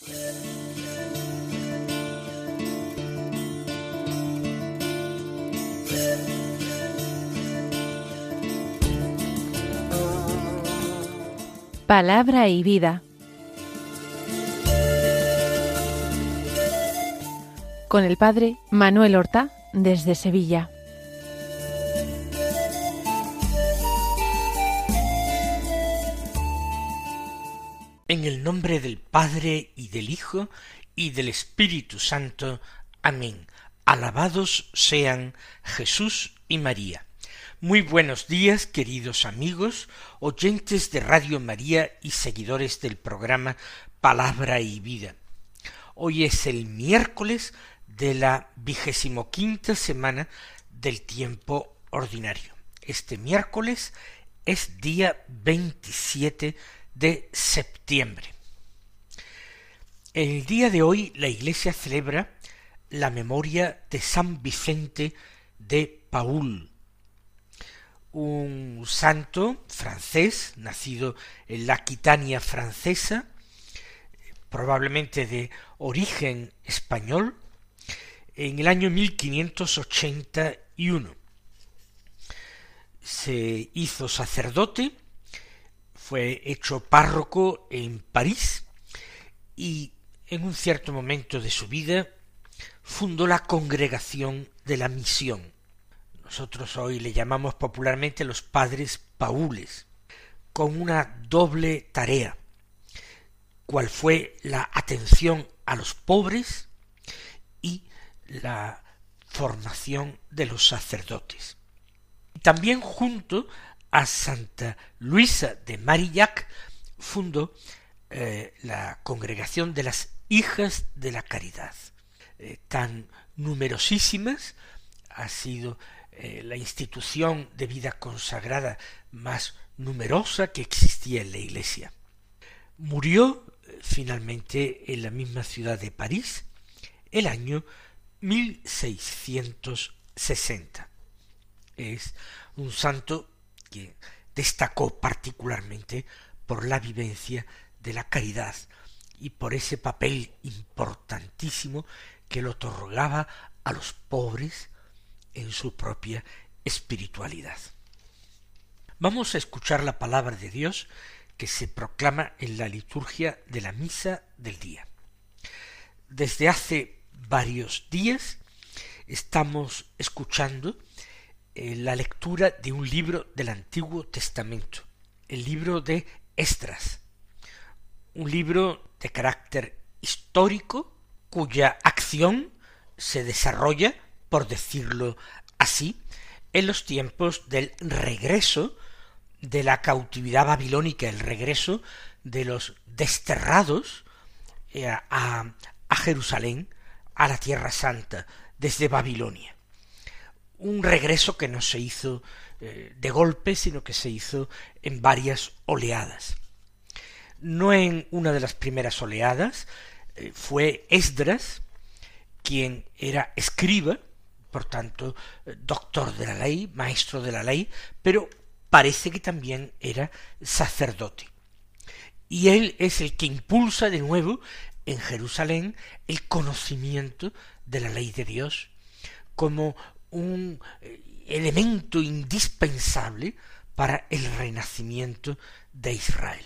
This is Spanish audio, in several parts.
Palabra y vida. Con el padre Manuel Horta, desde Sevilla. En el nombre del Padre, y del Hijo, y del Espíritu Santo. Amén. Alabados sean Jesús y María. Muy buenos días, queridos amigos, oyentes de Radio María y seguidores del programa Palabra y Vida. Hoy es el miércoles de la 25ª semana del tiempo ordinario. Este miércoles es día 27 de septiembre. El día de hoy la Iglesia celebra la memoria de San Vicente de Paúl, un santo francés, nacido en la Aquitania francesa, probablemente de origen español, en el año 1581. Se hizo sacerdote, fue hecho párroco en París y en un cierto momento de su vida fundó la Congregación de la Misión. Nosotros hoy le llamamos popularmente los Padres Paules, con una doble tarea, cual fue la atención a los pobres y la formación de los sacerdotes. También junto a Santa Luisa de Marillac fundó la Congregación de las Hijas de la Caridad. Tan numerosísimas ha sido la institución de vida consagrada más numerosa que existía en la Iglesia. Murió finalmente en la misma ciudad de París el año 1660. Es un santo que destacó particularmente por la vivencia de la caridad y por ese papel importantísimo que le otorgaba a los pobres en su propia espiritualidad. Vamos a escuchar la palabra de Dios que se proclama en la liturgia de la misa del día. Desde hace varios días estamos escuchando la lectura de un libro del Antiguo Testamento, el libro de Esdras, un libro de carácter histórico cuya acción se desarrolla, por decirlo así, en los tiempos del regreso de la cautividad babilónica, el regreso de los desterrados a Jerusalén, a la Tierra Santa, desde Babilonia. Un regreso que no se hizo de golpe, sino que se hizo en varias oleadas. No en una de las primeras oleadas fue Esdras, quien era escriba, por tanto, doctor de la ley, maestro de la ley, pero parece que también era sacerdote. Y él es el que impulsa de nuevo en Jerusalén el conocimiento de la ley de Dios como un elemento indispensable para el renacimiento de Israel.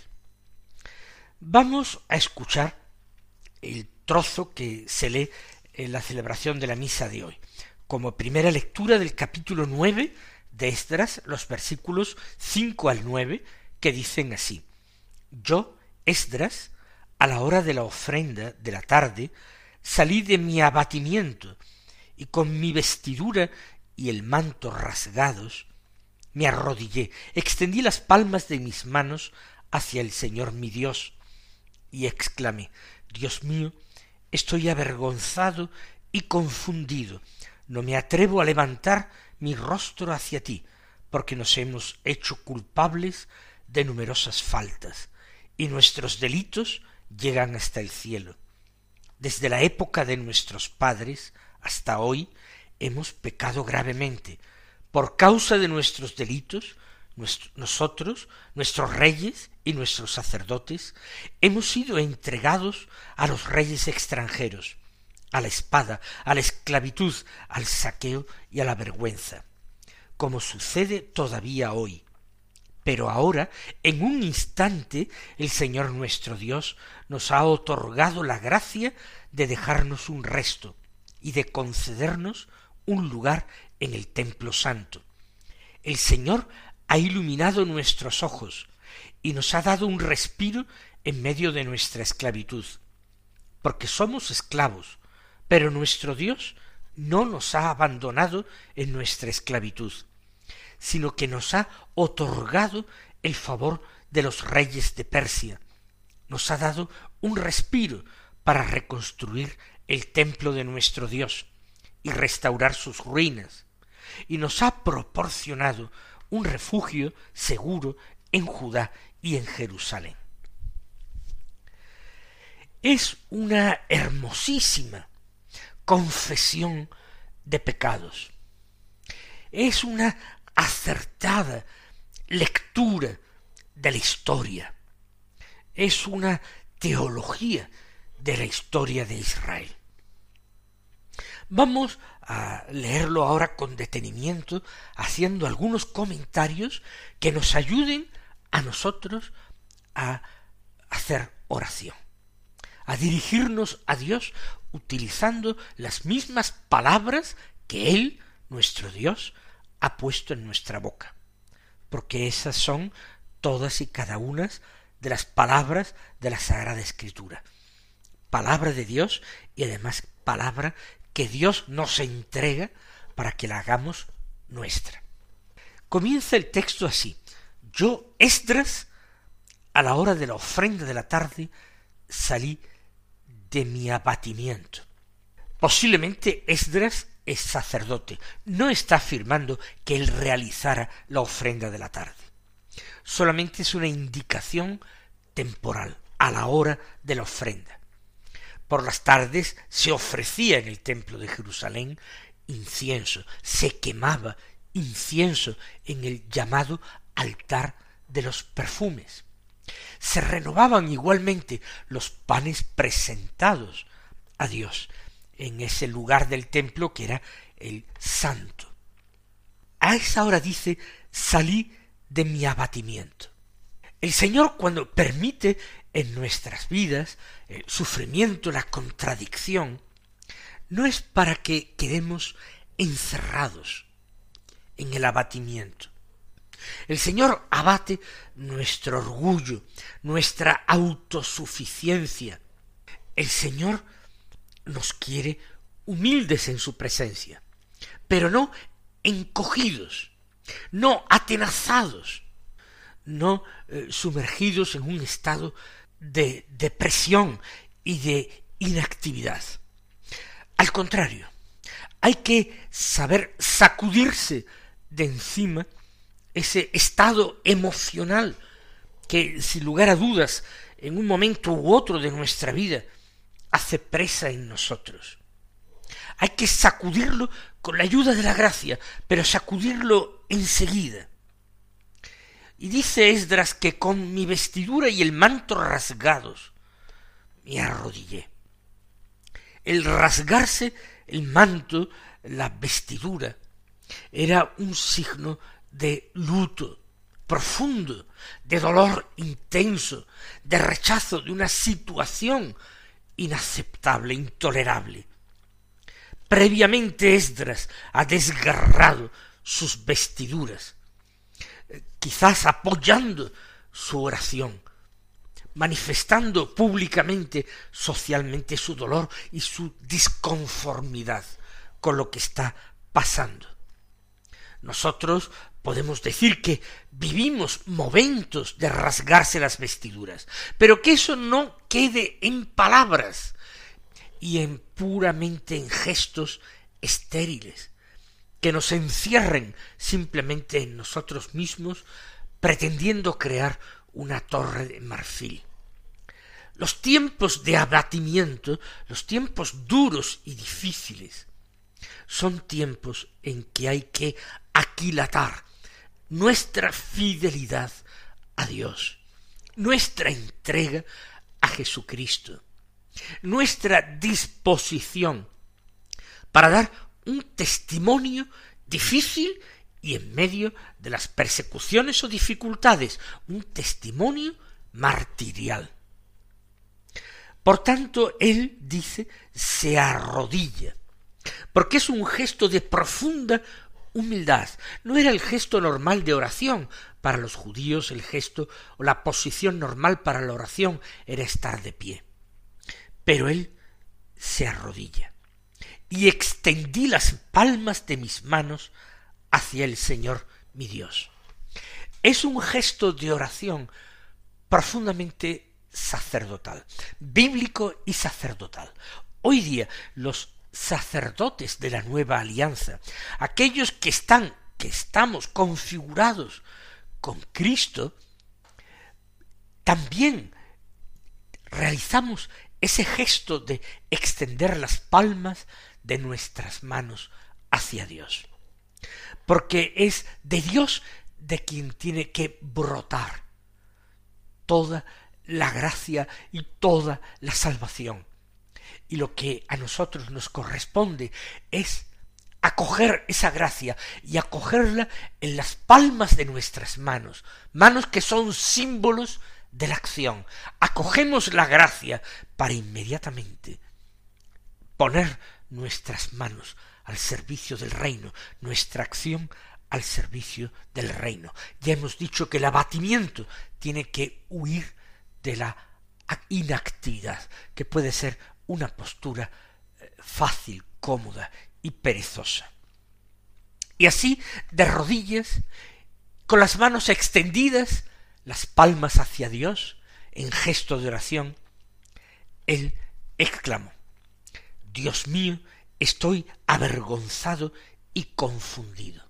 Vamos a escuchar el trozo que se lee en la celebración de la misa de hoy, como primera lectura del capítulo 9 de Esdras, los versículos 5 al 9, que dicen así: Yo, Esdras, a la hora de la ofrenda de la tarde, salí de mi abatimiento, y con mi vestidura y el manto rasgados, me arrodillé, extendí las palmas de mis manos hacia el Señor mi Dios, y exclamé: Dios mío, estoy avergonzado y confundido, no me atrevo a levantar mi rostro hacia ti, porque nos hemos hecho culpables de numerosas faltas, y nuestros delitos llegan hasta el cielo. Desde la época de nuestros padres hasta hoy hemos pecado gravemente. Por causa de nuestros delitos nosotros, nuestros reyes y nuestros sacerdotes, hemos sido entregados a los reyes extranjeros, a la espada, a la esclavitud, al saqueo y a la vergüenza, como sucede todavía hoy. Pero ahora, en un instante, el Señor nuestro Dios nos ha otorgado la gracia de dejarnos un resto y de concedernos un lugar en el templo santo. El Señor ha iluminado nuestros ojos y nos ha dado un respiro en medio de nuestra esclavitud, porque somos esclavos, pero nuestro Dios no nos ha abandonado en nuestra esclavitud, sino que nos ha otorgado el favor de los reyes de Persia, nos ha dado un respiro para reconstruir el templo de nuestro Dios y restaurar sus ruinas, y nos ha proporcionado un refugio seguro en Judá y en Jerusalén. Es una hermosísima confesión de pecados. Es una acertada lectura de la historia. Es una teología de la historia de Israel. Vamos a leerlo ahora con detenimiento, haciendo algunos comentarios que nos ayuden a nosotros a hacer oración, a dirigirnos a Dios utilizando las mismas palabras que Él, nuestro Dios, ha puesto en nuestra boca, porque esas son todas y cada una de las palabras de la Sagrada Escritura, palabra de Dios y además palabra que Dios nos entrega para que la hagamos nuestra. Comienza el texto así: yo, Esdras, a la hora de la ofrenda de la tarde, salí de mi abatimiento. Posiblemente Esdras es sacerdote, no está afirmando que él realizara la ofrenda de la tarde. Solamente es una indicación temporal, a la hora de la ofrenda. Por las tardes se ofrecía en el templo de Jerusalén incienso, se quemaba incienso en el llamado altar de los perfumes. Se renovaban igualmente los panes presentados a Dios en ese lugar del templo que era el santo. A esa hora dice: salí de mi abatimiento. El Señor, cuando permite en nuestras vidas el sufrimiento, la contradicción, no es para que quedemos encerrados en el abatimiento. El Señor abate nuestro orgullo, nuestra autosuficiencia. El Señor nos quiere humildes en su presencia, pero no encogidos, no atenazados, no sumergidos en un estado de depresión y de inactividad. Al contrario, hay que saber sacudirse de encima ese estado emocional que, sin lugar a dudas, en un momento u otro de nuestra vida hace presa en nosotros. Hay que sacudirlo con la ayuda de la gracia, pero sacudirlo enseguida. Y dice Esdras que con mi vestidura y el manto rasgados me arrodillé. El rasgarse el manto, la vestidura, era un signo de luto profundo, de dolor intenso, de rechazo de una situación inaceptable, intolerable. Previamente Esdras ha desgarrado sus vestiduras, quizás apoyando su oración, manifestando públicamente, socialmente, su dolor y su disconformidad con lo que está pasando. Nosotros podemos decir que vivimos momentos de rasgarse las vestiduras, pero que eso no quede en palabras y puramente en gestos estériles, que nos encierren simplemente en nosotros mismos, pretendiendo crear una torre de marfil. Los tiempos de abatimiento, los tiempos duros y difíciles, son tiempos en que hay que aquilatar nuestra fidelidad a Dios, nuestra entrega a Jesucristo, nuestra disposición para dar un testimonio difícil y en medio de las persecuciones o dificultades, un testimonio martirial. Por tanto, él dice, se arrodilla, porque es un gesto de profunda humildad. No era el gesto normal de oración. Para los judíos el gesto o la posición normal para la oración era estar de pie. Pero él se arrodilla. Y extendí las palmas de mis manos hacia el Señor mi Dios. Es un gesto de oración profundamente sacerdotal, bíblico y sacerdotal. Hoy día los sacerdotes de la nueva alianza, aquellos que estamos configurados con Cristo, también realizamos ese gesto de extender las palmas de nuestras manos hacia Dios. Porque es de Dios de quien tiene que brotar toda la gracia y toda la salvación. Y lo que a nosotros nos corresponde es acoger esa gracia y acogerla en las palmas de nuestras manos, manos que son símbolos de la acción. Acogemos la gracia para inmediatamente poner nuestras manos al servicio del reino, nuestra acción al servicio del reino. Ya hemos dicho que el abatimiento tiene que huir de la inactividad, que puede ser una postura fácil, cómoda y perezosa. Y así, de rodillas, con las manos extendidas, las palmas hacia Dios, en gesto de oración, él exclamó: Dios mío, estoy avergonzado y confundido.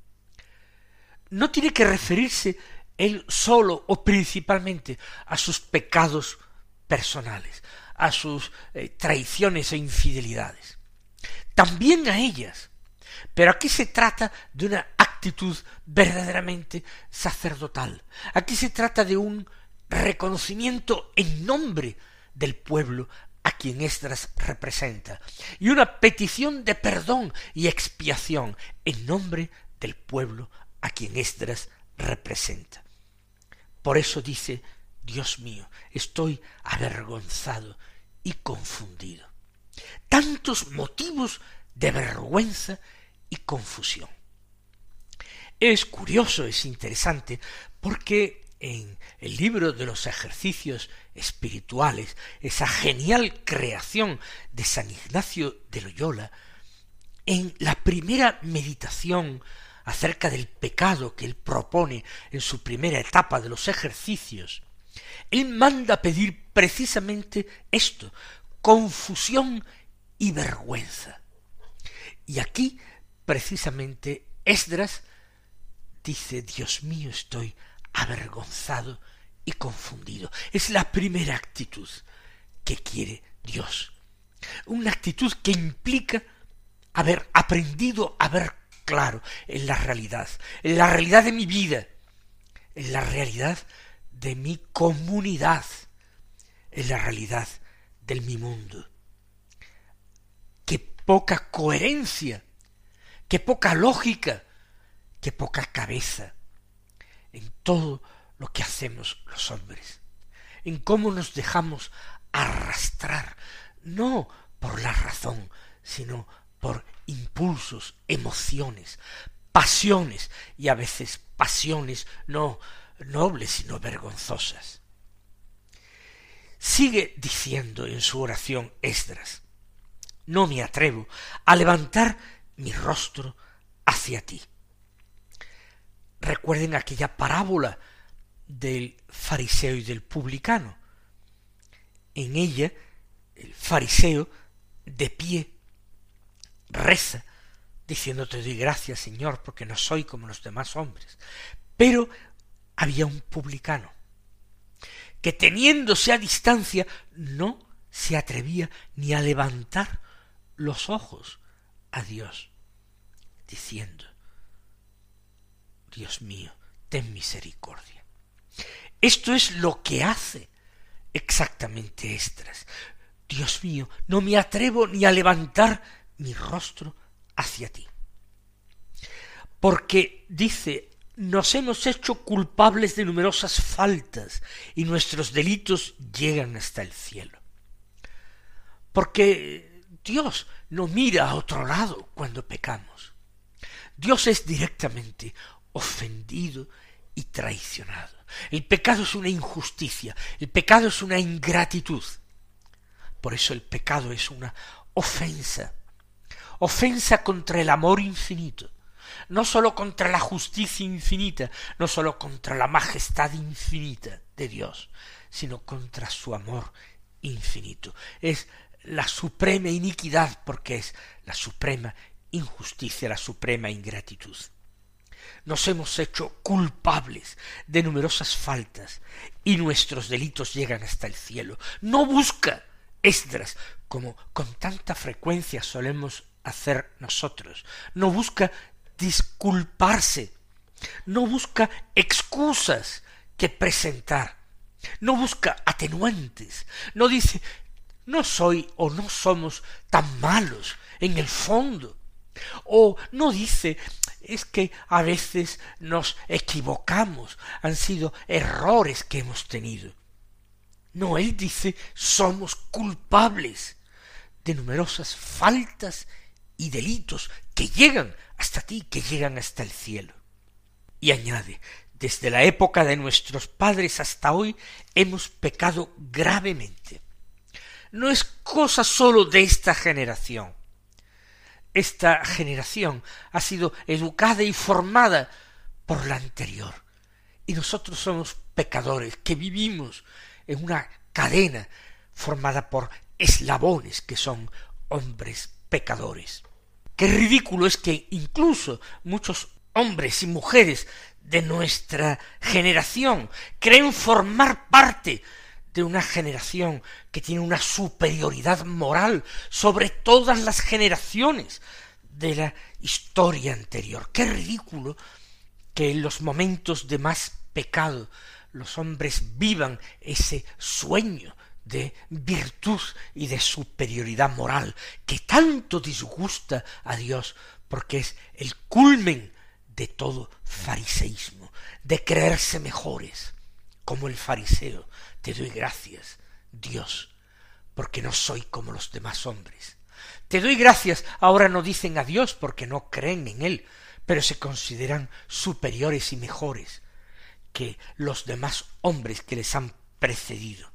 No tiene que referirse él solo o principalmente a sus pecados personales, a sus traiciones e infidelidades. También a ellas. Pero aquí se trata de una actitud verdaderamente sacerdotal. Aquí se trata de un reconocimiento en nombre del pueblo a quien Esdras representa, y una petición de perdón y expiación en nombre del pueblo a quien Esdras representa. Por eso dice: Dios mío, estoy avergonzado y confundido. Tantos motivos de vergüenza y confusión. Es curioso, es interesante, porque en el libro de los ejercicios espirituales, esa genial creación de San Ignacio de Loyola, en la primera meditación acerca del pecado que él propone en su primera etapa de los ejercicios, él manda pedir precisamente esto: confusión y vergüenza. Y aquí, precisamente, Esdras dice: Dios mío, estoy avergonzado y confundido. Es la primera actitud que quiere Dios. Una actitud que implica haber aprendido a ver claro en la realidad de mi vida, en la realidad de mi comunidad, en la realidad de mi mundo. Qué poca coherencia, qué poca lógica, qué poca cabeza en todo lo que hacemos los hombres, en cómo nos dejamos arrastrar, no por la razón, sino por impulsos, emociones, pasiones, y a veces pasiones no nobles sino vergonzosas. Sigue diciendo en su oración Esdras: no me atrevo a levantar mi rostro hacia ti. Recuerden aquella parábola del fariseo y del publicano. En ella, el fariseo, de pie, reza, diciendo: te doy gracias, Señor, porque no soy como los demás hombres. Pero había un publicano que, teniéndose a distancia, no se atrevía ni a levantar los ojos a Dios, diciendo: Dios mío, ten misericordia. Esto es lo que hace exactamente Esdras. Dios mío, no me atrevo ni a levantar mi rostro hacia ti. Porque dice, nos hemos hecho culpables de numerosas faltas y nuestros delitos llegan hasta el cielo. Porque Dios no mira a otro lado cuando pecamos. Dios es directamente ofendido y traicionado. El pecado es una injusticia, el pecado es una ingratitud. Por eso el pecado es una ofensa, ofensa contra el amor infinito, no sólo contra la justicia infinita, no sólo contra la majestad infinita de Dios, sino contra su amor infinito. Es la suprema iniquidad porque es la suprema injusticia, la suprema ingratitud. Nos hemos hecho culpables de numerosas faltas y nuestros delitos llegan hasta el cielo. No busca Esdras, como con tanta frecuencia solemos hacer nosotros, no busca disculparse, no busca excusas que presentar, no busca atenuantes, no dice, no soy o no somos tan malos en el fondo, o no dice, es que a veces nos equivocamos, han sido errores que hemos tenido. No, él dice, somos culpables de numerosas faltas y delitos que llegan hasta ti, que llegan hasta el cielo. Y añade, desde la época de nuestros padres hasta hoy hemos pecado gravemente. No es cosa sólo de esta generación. Esta generación ha sido educada y formada por la anterior. Y nosotros somos pecadores que vivimos en una cadena formada por eslabones que son hombres pecadores. Qué ridículo es que incluso muchos hombres y mujeres de nuestra generación creen formar parte de una generación que tiene una superioridad moral sobre todas las generaciones de la historia anterior. Qué ridículo que en los momentos de más pecado los hombres vivan ese sueño de virtud y de superioridad moral que tanto disgusta a Dios, porque es el culmen de todo fariseísmo, de creerse mejores, como el fariseo. Te doy gracias, Dios, porque no soy como los demás hombres. Te doy gracias, ahora no dicen a Dios porque no creen en Él, pero se consideran superiores y mejores que los demás hombres que les han precedido.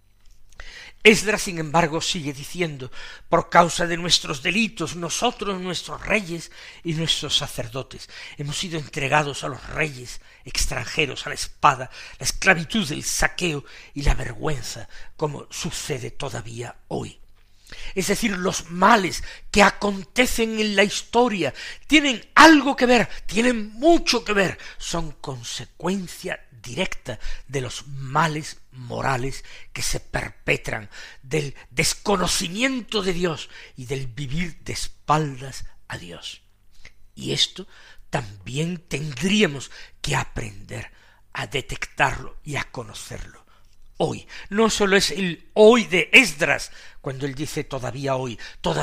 Esdras, sin embargo, sigue diciendo, por causa de nuestros delitos, nosotros, nuestros reyes y nuestros sacerdotes, hemos sido entregados a los reyes extranjeros, a la espada, la esclavitud, el saqueo y la vergüenza, como sucede todavía hoy. Es decir, los males que acontecen en la historia tienen algo que ver, tienen mucho que ver, son consecuencia directa de los males morales que se perpetran, del desconocimiento de Dios y del vivir de espaldas a Dios. Y esto también tendríamos que aprender a detectarlo y a conocerlo. Hoy, no solo es el hoy de Esdras, cuando él dice todavía hoy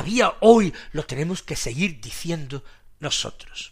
lo tenemos que seguir diciendo nosotros.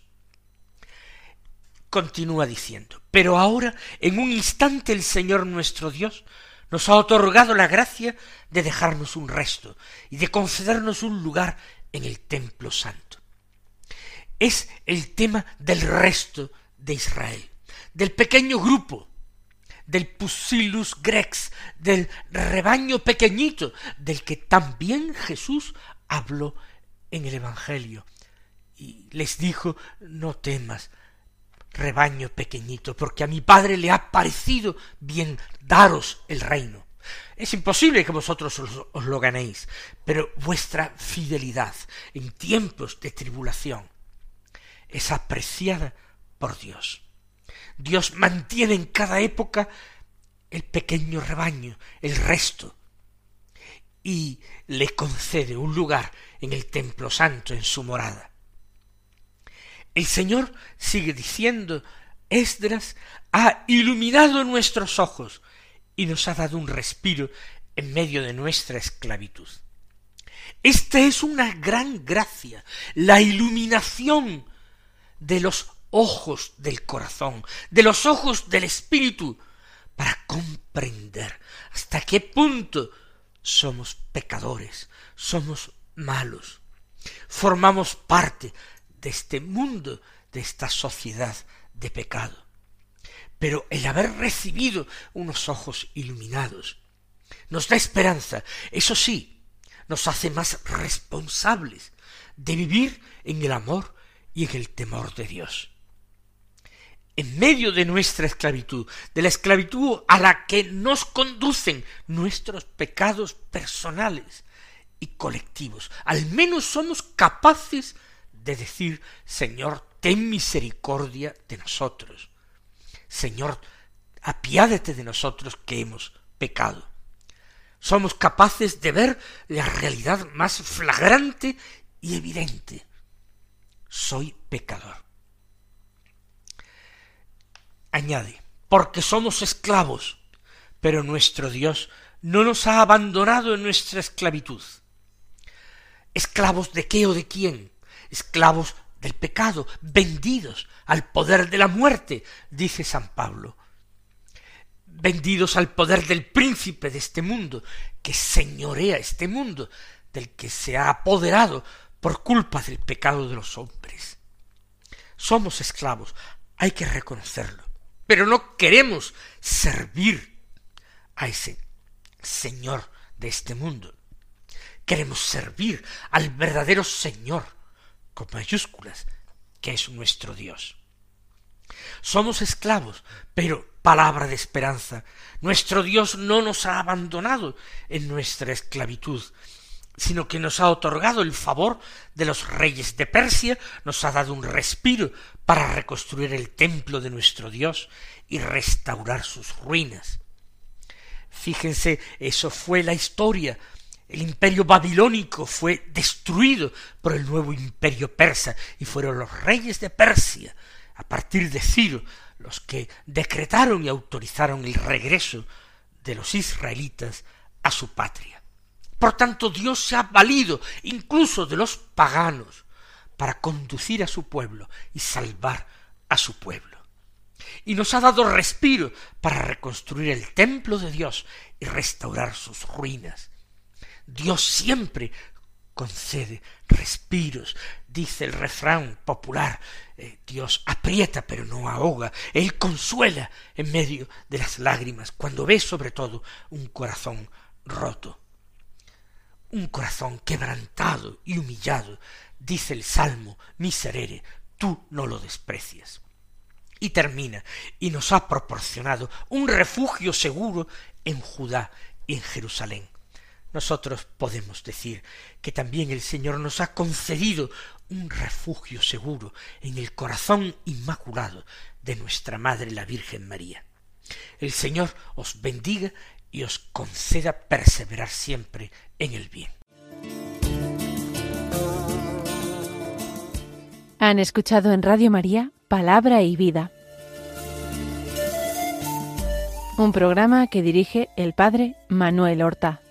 Continúa diciendo, pero ahora, en un instante el Señor nuestro Dios nos ha otorgado la gracia de dejarnos un resto y de concedernos un lugar en el templo santo. Es el tema del resto de Israel, del pequeño grupo, del Pusillus Grex, del rebaño pequeñito, del que también Jesús habló en el Evangelio. Y les dijo, no temas, rebaño pequeñito, porque a mi Padre le ha parecido bien daros el reino. Es imposible que vosotros os lo ganéis, pero vuestra fidelidad en tiempos de tribulación es apreciada por Dios. Dios mantiene en cada época el pequeño rebaño, el resto, y le concede un lugar en el templo santo, en su morada. El Señor sigue diciendo Esdras ha iluminado nuestros ojos y nos ha dado un respiro en medio de nuestra esclavitud. Esta es una gran gracia, la iluminación de los ojos del corazón, de los ojos del espíritu, para comprender hasta qué punto somos pecadores, somos malos, formamos parte de este mundo, de esta sociedad de pecado. Pero el haber recibido unos ojos iluminados nos da esperanza. Eso sí, nos hace más responsables de vivir en el amor y en el temor de Dios. En medio de nuestra esclavitud, de la esclavitud a la que nos conducen nuestros pecados personales y colectivos, al menos somos capaces de decir: Señor, ten misericordia de nosotros. Señor, apiádate de nosotros que hemos pecado. Somos capaces de ver la realidad más flagrante y evidente. Soy pecador. Añade, porque somos esclavos, pero nuestro Dios no nos ha abandonado en nuestra esclavitud. ¿Esclavos de qué o de quién? Esclavos del pecado, vendidos al poder de la muerte, dice San Pablo. Vendidos al poder del príncipe de este mundo, que señorea este mundo, del que se ha apoderado por culpa del pecado de los hombres. Somos esclavos, hay que reconocerlo, pero no queremos servir a ese Señor de este mundo. Queremos servir al verdadero Señor, con mayúsculas, que es nuestro Dios. Somos esclavos, pero palabra de esperanza. Nuestro Dios no nos ha abandonado en nuestra esclavitud, sino que nos ha otorgado el favor de los reyes de Persia, nos ha dado un respiro para reconstruir el templo de nuestro Dios y restaurar sus ruinas. Fíjense, eso fue la historia. El imperio babilónico fue destruido por el nuevo imperio persa y fueron los reyes de Persia, a partir de Ciro, los que decretaron y autorizaron el regreso de los israelitas a su patria. Por tanto, Dios se ha valido incluso de los paganos para conducir a su pueblo y salvar a su pueblo. Y nos ha dado respiro para reconstruir el templo de Dios y restaurar sus ruinas. Dios siempre concede respiros, dice el refrán popular, Dios aprieta pero no ahoga, Él consuela en medio de las lágrimas, cuando ve sobre todo un corazón roto, un corazón quebrantado y humillado, dice el Salmo Miserere, tú no lo desprecias. Y termina, y nos ha proporcionado un refugio seguro en Judá y en Jerusalén. Nosotros podemos decir que también el Señor nos ha concedido un refugio seguro en el corazón inmaculado de nuestra Madre la Virgen María. El Señor os bendiga y os conceda perseverar siempre en el bien. Han escuchado en Radio María Palabra y Vida, un programa que dirige el Padre Manuel Horta.